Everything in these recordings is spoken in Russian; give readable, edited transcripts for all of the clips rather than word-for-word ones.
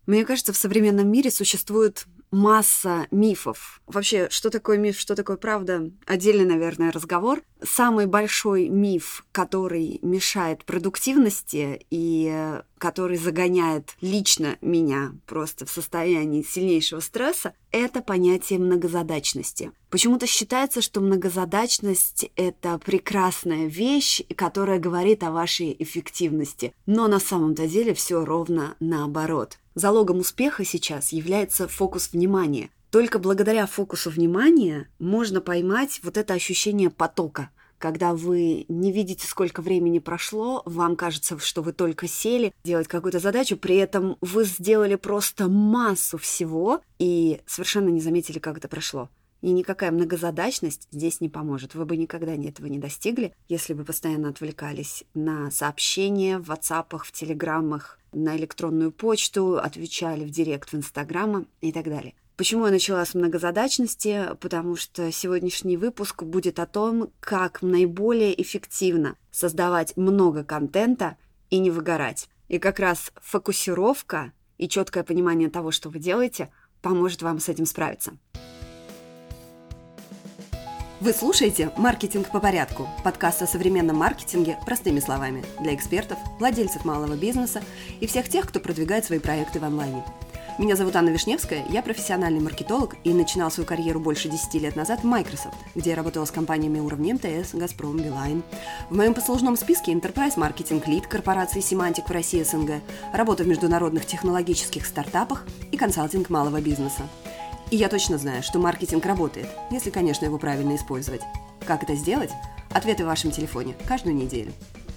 Мне кажется, в современном мире существует масса мифов. Вообще, что такое миф, что такое правда? Отдельный, наверное, разговор. Самый большой миф, который мешает продуктивности и который загоняет лично меня просто в состояние сильнейшего стресса, это понятие многозадачности. Почему-то считается, что многозадачность – это прекрасная вещь, которая говорит о вашей эффективности. Но на самом-то деле все ровно наоборот. Залогом успеха сейчас является фокус внимания. Только благодаря фокусу внимания можно поймать вот это ощущение потока. Когда вы не видите, сколько времени прошло, вам кажется, что вы только сели делать какую-то задачу, при этом вы сделали просто массу всего и совершенно не заметили, как это прошло. И никакая многозадачность здесь не поможет. Вы бы никогда этого не достигли, если бы постоянно отвлекались на сообщения в WhatsApp, в Телеграммах, на электронную почту, отвечали в директ в Инстаграма и так далее. Почему я начала с многозадачности? Потому что сегодняшний выпуск будет о том, как наиболее эффективно создавать много контента и не выгорать. И как раз фокусировка и четкое понимание того, что вы делаете, поможет вам с этим справиться. Вы слушаете «Маркетинг по порядку» – подкаст о современном маркетинге простыми словами для экспертов, владельцев малого бизнеса и всех тех, кто продвигает свои проекты в онлайне. Меня зовут Анна Вишневская, я профессиональный маркетолог и начинала свою карьеру больше 10 лет назад в Microsoft, где я работала с компаниями уровня МТС, Газпром, Билайн. В моем послужном списке Enterprise Marketing Lead корпорации Symantec в России СНГ, работа в международных технологических стартапах и консалтинг малого бизнеса. И я точно знаю, что маркетинг работает, если, конечно, его правильно использовать. Как это сделать? Ответы в вашем телефоне каждую неделю.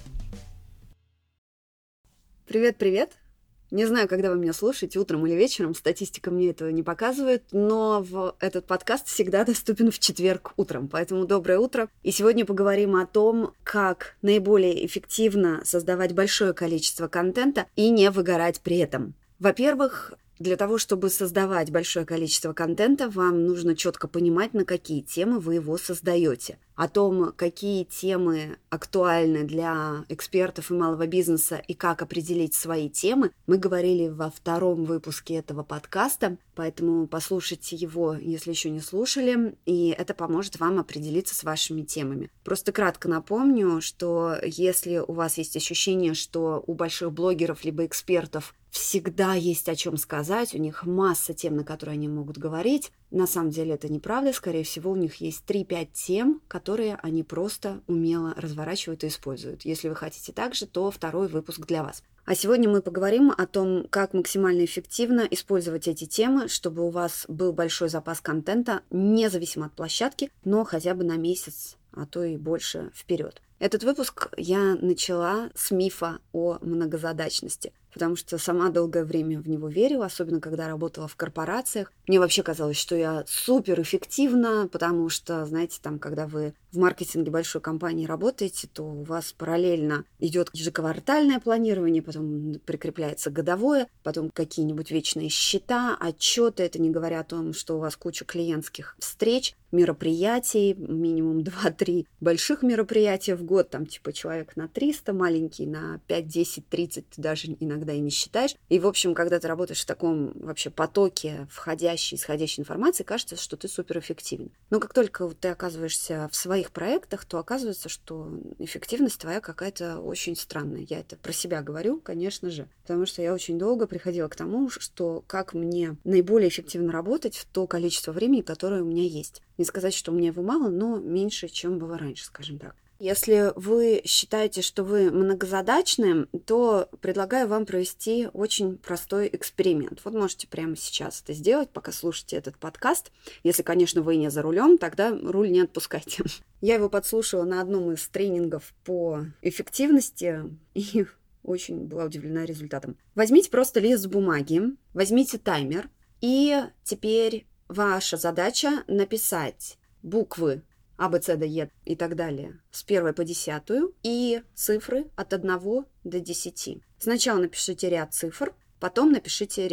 Привет-привет! Не знаю, когда вы меня слушаете, утром или вечером, статистика мне этого не показывает, но этот подкаст всегда доступен в четверг утром, поэтому доброе утро. И сегодня поговорим о том, как наиболее эффективно создавать большое количество контента и не выгорать при этом. Во-первых, для того, чтобы создавать большое количество контента, вам нужно четко понимать, на какие темы вы его создаете. О том, какие темы актуальны для экспертов и малого бизнеса и как определить свои темы, мы говорили во втором выпуске этого подкаста, поэтому послушайте его, если еще не слушали, и это поможет вам определиться с вашими темами. Просто кратко напомню, что если у вас есть ощущение, что у больших блогеров либо экспертов всегда есть о чем сказать, у них масса тем, на которые они могут говорить. На самом деле это неправда, скорее всего, у них есть 3-5 тем, которые они просто умело разворачивают и используют. Если вы хотите так же, то второй выпуск для вас. А сегодня мы поговорим о том, как максимально эффективно использовать эти темы, чтобы у вас был большой запас контента, независимо от площадки, но хотя бы на месяц, а то и больше вперед. Этот выпуск я начала с мифа о многозадачности, потому что сама долгое время в него верила, особенно когда работала в корпорациях. Мне вообще казалось, что я суперэффективна, потому что, знаете, там, когда вы в маркетинге большой компании работаете, то у вас параллельно идет ежеквартальное планирование, потом прикрепляется годовое, потом какие-нибудь вечные счета, отчеты. Это не говоря о том, что у вас куча клиентских встреч, мероприятий, минимум 2-3 больших мероприятия в год, там типа человек на 300, маленький на 5, 10, 30, ты даже иногда и не считаешь. И, в общем, когда ты работаешь в таком вообще потоке входящей, исходящей информации, кажется, что ты суперэффективен. Но как только ты оказываешься в своих проектах, то оказывается, что эффективность твоя какая-то очень странная. Я это про себя говорю, конечно же, потому что я очень долго приходила к тому, что как мне наиболее эффективно работать в то количество времени, которое у меня есть. Не сказать, что у меня его мало, но меньше, чем было раньше, скажем так. Если вы считаете, что вы многозадачны, то предлагаю вам провести очень простой эксперимент. Вот можете прямо сейчас это сделать, пока слушаете этот подкаст. Если, конечно, вы не за рулем, тогда руль не отпускайте. Я его подслушала на одном из тренингов по эффективности и очень была удивлена результатом. Возьмите просто лист бумаги, возьмите таймер, и теперь ваша задача написать буквы А, Б, С, Д, Е и так далее с 1 по 10 и цифры от 1 до 10. Сначала напишите ряд цифр, потом напишите ряд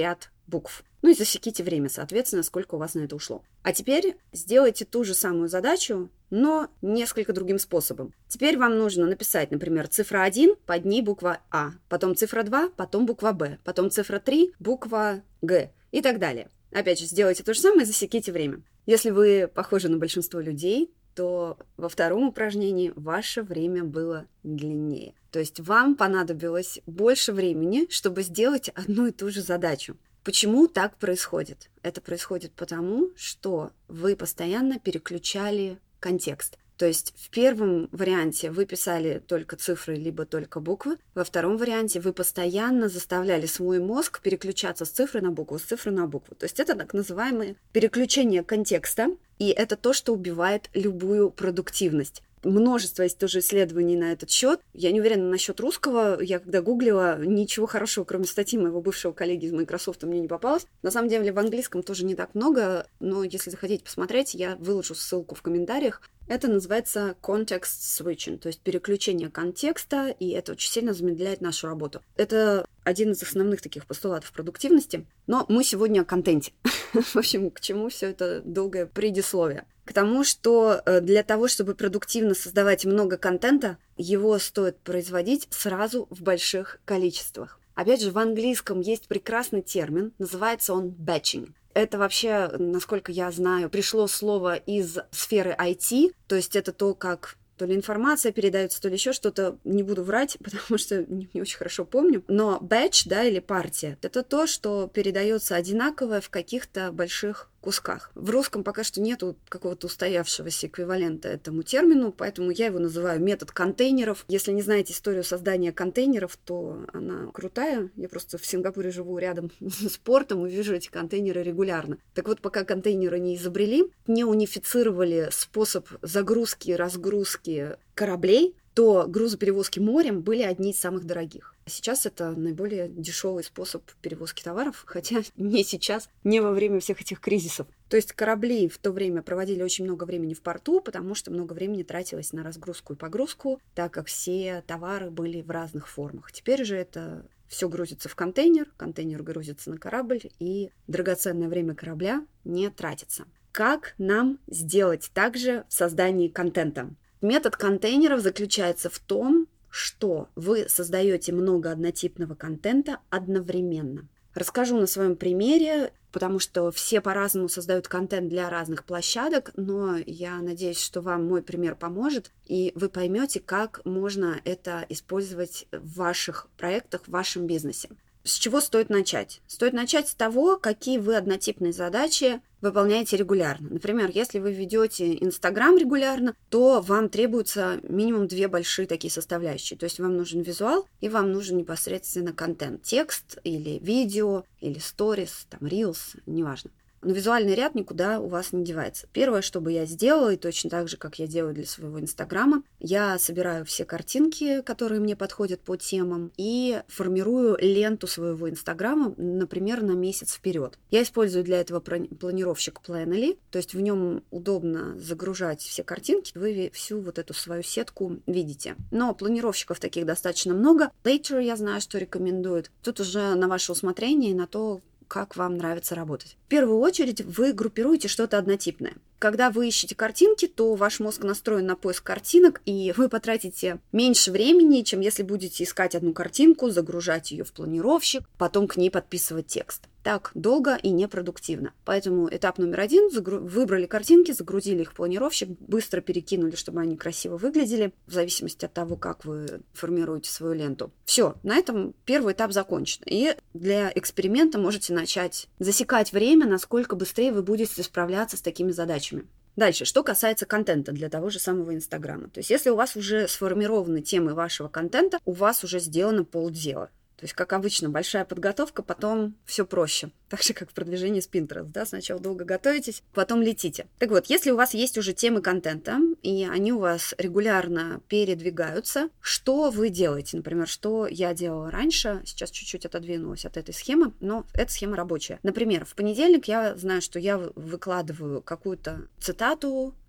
букв. Ну и засеките время, соответственно, сколько у вас на это ушло. А теперь сделайте ту же самую задачу, но несколько другим способом. Теперь вам нужно написать, например, цифра 1, под ней буква А, потом цифра 2, потом буква Б, потом цифра 3, буква Г и так далее. Опять же, сделайте то же самое и засеките время. Если вы похожи на большинство людей, то во втором упражнении ваше время было длиннее. То есть вам понадобилось больше времени, чтобы сделать одну и ту же задачу. Почему так происходит? Это происходит потому, что вы постоянно переключали контекст. То есть в первом варианте вы писали только цифры, либо только буквы. Во втором варианте вы постоянно заставляли свой мозг переключаться с цифры на букву, с цифры на букву. То есть это так называемое переключение контекста, и это то, что убивает любую продуктивность. Множество есть тоже исследований на этот счет. Я не уверена насчет русского. Я когда гуглила, ничего хорошего, кроме статьи моего бывшего коллеги из Microsoft, мне не попалось. На самом деле в английском тоже не так много, но если захотите посмотреть, я выложу ссылку в комментариях. Это называется context switching, то есть переключение контекста, и это очень сильно замедляет нашу работу. Это один из основных таких постулатов продуктивности, но мы сегодня о контенте. В общем, к чему все это долгое предисловие? К тому, что для того, чтобы продуктивно создавать много контента, его стоит производить сразу в больших количествах. Опять же, в английском есть прекрасный термин, называется он batching. Это вообще, насколько я знаю, пришло слово из сферы IT, то есть это то, как то ли информация передается, то ли еще что-то, не буду врать, потому что не очень хорошо помню. Но batch, да, или партия, это то, что передается одинаково в каких-то больших кусках. В русском пока что нету какого-то устоявшегося эквивалента этому термину, поэтому я его называю метод контейнеров. Если не знаете историю создания контейнеров, то она крутая. Я просто в Сингапуре живу рядом с портом и вижу эти контейнеры регулярно. Так вот, пока контейнеры не изобрели, не унифицировали способ загрузки и разгрузки кораблей, то грузоперевозки морем были одни из самых дорогих. Сейчас это наиболее дешевый способ перевозки товаров, хотя не сейчас, не во время всех этих кризисов. То есть корабли в то время проводили очень много времени в порту, потому что много времени тратилось на разгрузку и погрузку, так как все товары были в разных формах. Теперь же это все грузится в контейнер грузится на корабль, и драгоценное время корабля не тратится. Как нам сделать также в создании контента? Метод контейнеров заключается в том, что вы создаете много однотипного контента одновременно. Расскажу на своем примере, потому что все по-разному создают контент для разных площадок, но я надеюсь, что вам мой пример поможет, и вы поймете, как можно это использовать в ваших проектах, в вашем бизнесе. С чего стоит начать? Стоит начать с того, какие вы однотипные задачи выполняете регулярно. Например, если вы ведете Инстаграм регулярно, то вам требуется минимум 2 большие такие составляющие. То есть вам нужен визуал и вам нужен непосредственно контент. Текст или видео, или сторис, там, рилс, неважно. Но визуальный ряд никуда у вас не девается. Первое, что бы я сделала, и точно так же, как я делаю для своего Инстаграма, я собираю все картинки, которые мне подходят по темам, и формирую ленту своего Инстаграма, например, на месяц вперед. Я использую для этого планировщик Planoly, то есть в нем удобно загружать все картинки, вы всю вот эту свою сетку видите. Но планировщиков таких достаточно много. Later я знаю, что рекомендуют. Тут уже на ваше усмотрение и на то, как вам нравится работать. В первую очередь вы группируете что-то однотипное. Когда вы ищете картинки, то ваш мозг настроен на поиск картинок, и вы потратите меньше времени, чем если будете искать одну картинку, загружать ее в планировщик, потом к ней подписывать текст. Так долго и непродуктивно. Поэтому этап номер 1 – выбрали картинки, загрузили их в планировщик, быстро перекинули, чтобы они красиво выглядели, в зависимости от того, как вы формируете свою ленту. Все, на этом первый этап закончен. И для эксперимента можете начать засекать время, насколько быстрее вы будете справляться с такими задачами. Дальше, что касается контента для того же самого Инстаграма. То есть, если у вас уже сформированы темы вашего контента, у вас уже сделано полдела. То есть, как обычно, большая подготовка, потом все проще. Так же, как в продвижении с Pinterest, да? Сначала долго готовитесь, потом летите. Так вот, если у вас есть уже темы контента, и они у вас регулярно передвигаются, что вы делаете? Например, что я делала раньше, сейчас чуть-чуть отодвинулась от этой схемы, но эта схема рабочая. Например, в понедельник я знаю, что я выкладываю какую-то цитату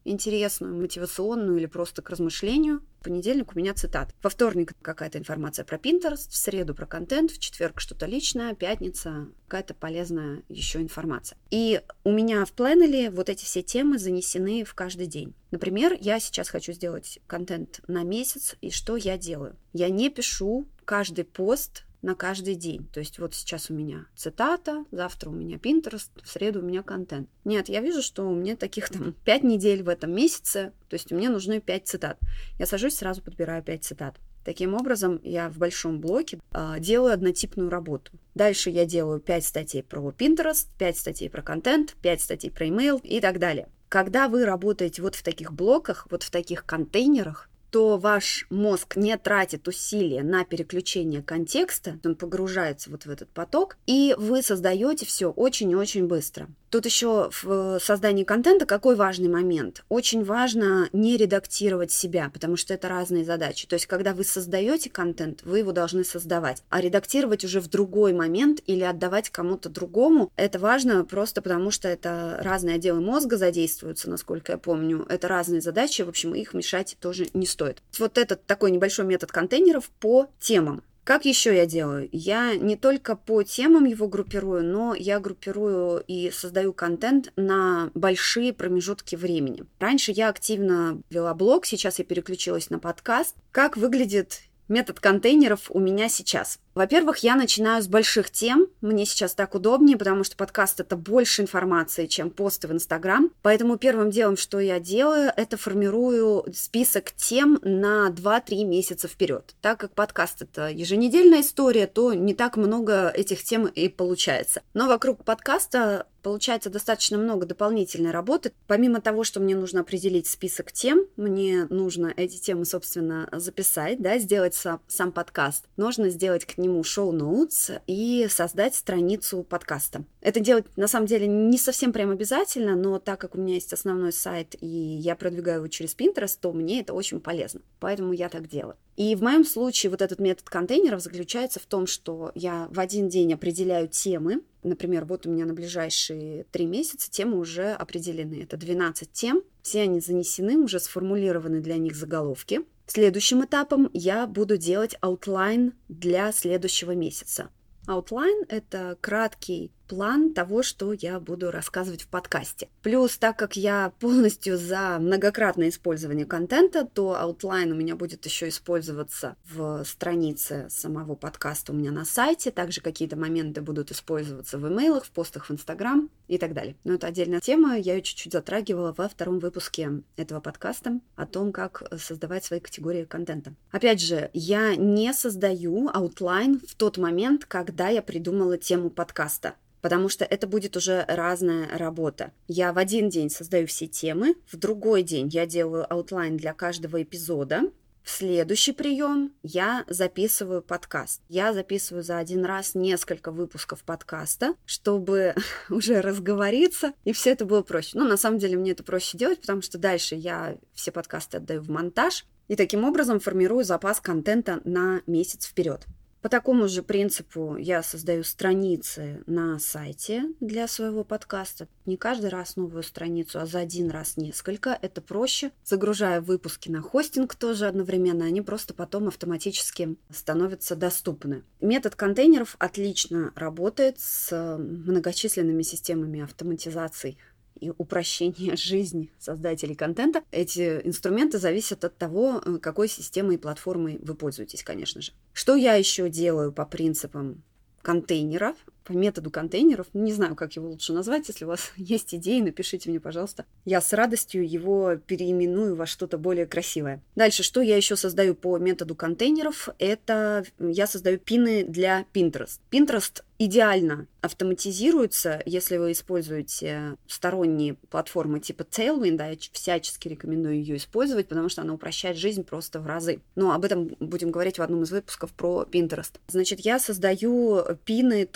интересную, мотивационную или просто к размышлению. В понедельник у меня цитат. Во вторник какая-то информация про Pinterest, в среду про контент, в четверг что-то личное, пятница какая-то полезная еще информация. И у меня в Planoly вот эти все темы занесены в каждый день. Например, я сейчас хочу сделать контент на месяц, и что я делаю? Я не пишу каждый пост на каждый день. То есть вот сейчас у меня цитата, завтра у меня Pinterest, в среду у меня контент. Нет, я вижу, что у меня таких 5 недель в этом месяце, то есть мне нужны 5 цитат. Я сажусь, сразу подбираю 5 цитат. Таким образом, я в большом блоке делаю однотипную работу. Дальше я делаю 5 статей про Pinterest, 5 статей про контент, 5 статей про email и так далее. Когда вы работаете вот в таких блоках, вот в таких контейнерах, то ваш мозг не тратит усилия на переключение контекста, он погружается вот в этот поток, и вы создаете все очень и очень быстро. Тут еще в создании контента какой важный момент? Очень важно не редактировать себя, потому что это разные задачи. То есть, когда вы создаете контент, вы его должны создавать, а редактировать уже в другой момент или отдавать кому-то другому, это важно просто потому, что это разные отделы мозга задействуются, насколько я помню, это разные задачи, в общем, их мешать тоже не стоит. Вот этот такой небольшой метод контейнеров по темам. Как еще я делаю? Я не только по темам его группирую, но я группирую и создаю контент на большие промежутки времени. Раньше я активно вела блог, сейчас я переключилась на подкаст. Как выглядит метод контейнеров у меня сейчас? Во-первых, я начинаю с больших тем. Мне сейчас так удобнее, потому что подкаст – это больше информации, чем посты в Инстаграм. Поэтому первым делом, что я делаю, это формирую список тем на 2-3 месяца вперед. Так как подкаст – это еженедельная история, то не так много этих тем и получается. Но вокруг подкаста получается достаточно много дополнительной работы. Помимо того, что мне нужно определить список тем, мне нужно эти темы, собственно, записать, да, сделать сам подкаст. Нужно сделать к нему шоу-ноутс и создать страницу подкаста. Это делать, на самом деле, не совсем прям обязательно, но так как у меня есть основной сайт, и я продвигаю его через Pinterest, то мне это очень полезно. Поэтому я так делаю. И в моем случае вот этот метод контейнеров заключается в том, что я в один день определяю темы. Например, вот у меня на ближайшие 3 месяца темы уже определены. Это 12 тем, все они занесены, уже сформулированы для них заголовки. Следующим этапом я буду делать аутлайн для следующего месяца. Аутлайн – это краткий план того, что я буду рассказывать в подкасте. Плюс, так как я полностью за многократное использование контента, то аутлайн у меня будет еще использоваться в странице самого подкаста у меня на сайте. Также какие-то моменты будут использоваться в имейлах, в постах в Инстаграм и так далее. Но это отдельная тема, я ее чуть-чуть затрагивала во 2-м выпуске этого подкаста о том, как создавать свои категории контента. Опять же, я не создаю аутлайн в тот момент, когда я придумала тему подкаста. Потому что это будет уже разная работа. Я в один день создаю все темы, в другой день я делаю аутлайн для каждого эпизода. В следующий прием я записываю подкаст. Я записываю за один раз несколько выпусков подкаста, чтобы уже разговориться, и все это было проще. Но на самом деле мне это проще делать, потому что дальше я все подкасты отдаю в монтаж, и таким образом формирую запас контента на месяц вперед. По такому же принципу я создаю страницы на сайте для своего подкаста. Не каждый раз новую страницу, а за один раз несколько. Это проще. Загружаю выпуски на хостинг тоже одновременно. Они просто потом автоматически становятся доступны. Метод контейнеров отлично работает с многочисленными системами автоматизации и упрощение жизни создателей контента. Эти инструменты зависят от того, какой системой и платформой вы пользуетесь, конечно же. Что я еще делаю по принципам контейнеров, по методу контейнеров? Не знаю, как его лучше назвать. Если у вас есть идеи, напишите мне, пожалуйста. Я с радостью его переименую во что-то более красивое. Дальше, что я еще создаю по методу контейнеров? Это я создаю пины для Pinterest. Pinterest идеально автоматизируется, если вы используете сторонние платформы типа Tailwind, я всячески рекомендую ее использовать, потому что она упрощает жизнь просто в разы. Но об этом будем говорить в одном из выпусков про Pinterest. Значит, я создаю пины тоже по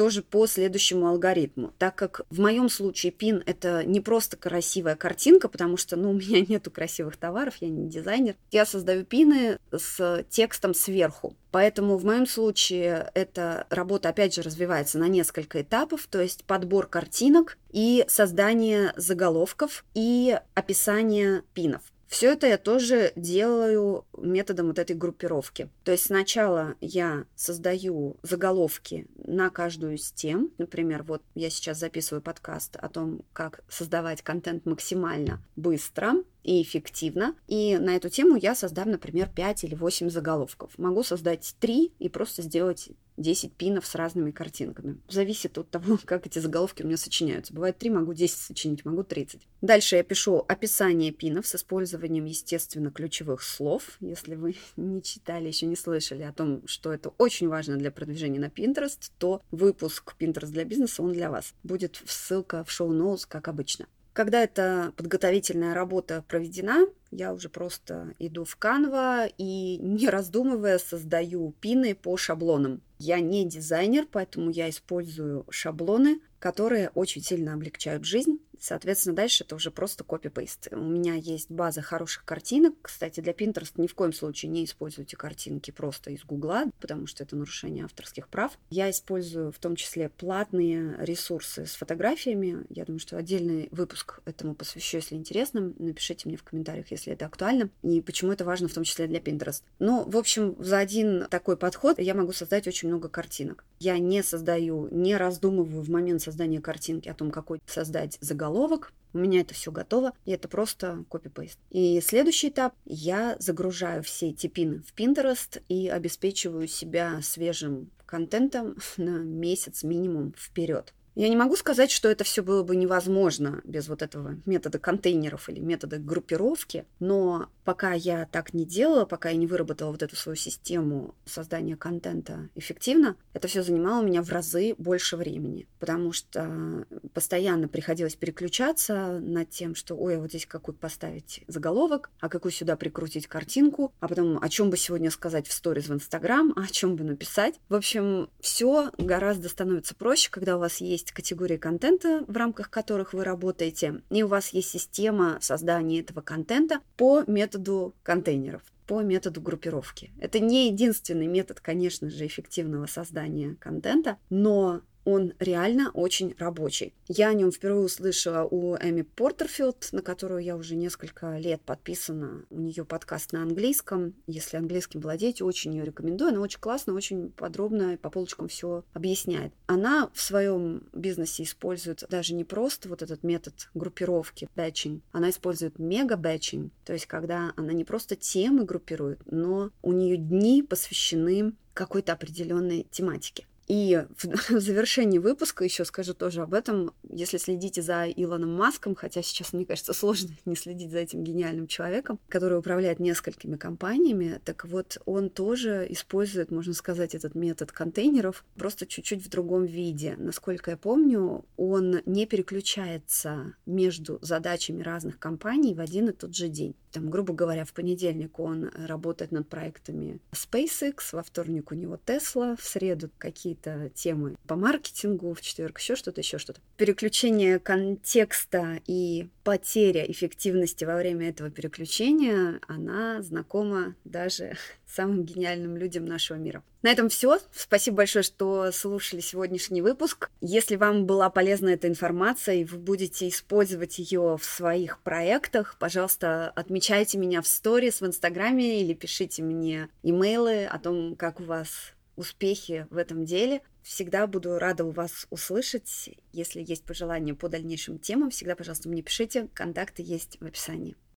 по следующему алгоритму. Так как в моем случае пин – это не просто красивая картинка, потому что у меня нету красивых товаров, я не дизайнер. Я создаю пины с текстом сверху. Поэтому в моем случае эта работа, опять же, развивается на несколько этапов, то есть подбор картинок и создание заголовков и описание пинов. Все это я тоже делаю методом вот этой группировки. То есть сначала я создаю заголовки на каждую из тем. Например, вот я сейчас записываю подкаст о том, как создавать контент максимально быстро и эффективно. И на эту тему я создам, например, 5 или 8 заголовков. Могу создать 3 и просто сделать 10 пинов с разными картинками. Зависит от того, как эти заголовки у меня сочиняются. Бывает 3, могу 10 сочинить, могу 30. Дальше я пишу описание пинов с использованием, естественно, ключевых слов. Если вы не читали, еще не слышали о том, что это очень важно для продвижения на Pinterest, то выпуск Pinterest для бизнеса, он для вас. Будет ссылка в шоу-ноутс, как обычно. Когда эта подготовительная работа проведена, я уже просто иду в Canva и, не раздумывая, создаю пины по шаблонам. Я не дизайнер, поэтому я использую шаблоны, которые очень сильно облегчают жизнь. Соответственно, дальше это уже просто копи-пейст. У меня есть база хороших картинок. Кстати, для Pinterest ни в коем случае не используйте картинки просто из Гугла, потому что это нарушение авторских прав. Я использую в том числе платные ресурсы с фотографиями. Я думаю, что отдельный выпуск этому посвящу, если интересно. Напишите мне в комментариях, если это актуально, и почему это важно в том числе для Pinterest. Ну, в общем, за один такой подход я могу создать очень много картинок. Я не создаю, не раздумываю в момент создания картинки о том, какой создать заголовок. У меня это все готово, и это просто копи-пейст. И следующий этап: я загружаю все эти пины в Pinterest и обеспечиваю себя свежим контентом на месяц минимум вперед. Я не могу сказать, что это все было бы невозможно без вот этого метода контейнеров или метода группировки, но пока я так не делала, пока я не выработала вот эту свою систему создания контента эффективно, это все занимало у меня в разы больше времени, потому что постоянно приходилось переключаться над тем, что ой, а вот здесь какой поставить заголовок, а какую сюда прикрутить картинку, а потом о чем бы сегодня сказать в сторис в Инстаграм, а о чем бы написать. В общем, все гораздо становится проще, когда у вас есть категории контента, в рамках которых вы работаете, и у вас есть система создания этого контента по методу контейнеров, по методу группировки. Это не единственный метод, конечно же, эффективного создания контента, но он реально очень рабочий. Я о нем впервые услышала у Эми Портерфилд, на которую я уже несколько лет подписана. У нее подкаст на английском. Если английским владеете, очень ее рекомендую. Она очень классно, очень подробно и по полочкам все объясняет. Она в своем бизнесе использует даже не просто вот этот метод группировки, бэтчинг. Она использует мега-бэтчинг, то есть когда она не просто темы группирует, но у нее дни посвящены какой-то определенной тематике. И в завершении выпуска еще скажу тоже об этом. Если следите за Илоном Маском, хотя сейчас, мне кажется, сложно не следить за этим гениальным человеком, который управляет несколькими компаниями, так вот он тоже использует, можно сказать, этот метод контейнеров, просто чуть-чуть в другом виде. Насколько я помню, он не переключается между задачами разных компаний в один и тот же день. Там, грубо говоря, в понедельник он работает над проектами SpaceX, во вторник у него Tesla, в среду какие-то темы по маркетингу, в четверг еще что-то. Переключение контекста и потеря эффективности во время этого переключения, она знакома даже самым гениальным людям нашего мира. На этом все. Спасибо большое, что слушали сегодняшний выпуск. Если вам была полезна эта информация и вы будете использовать ее в своих проектах, пожалуйста, отмечайте меня в сторис в Инстаграме или пишите мне имейлы о том, как у вас успехи в этом деле. Всегда буду рада у вас услышать. Если есть пожелания по дальнейшим темам, всегда, пожалуйста, мне пишите. Контакты есть в описании.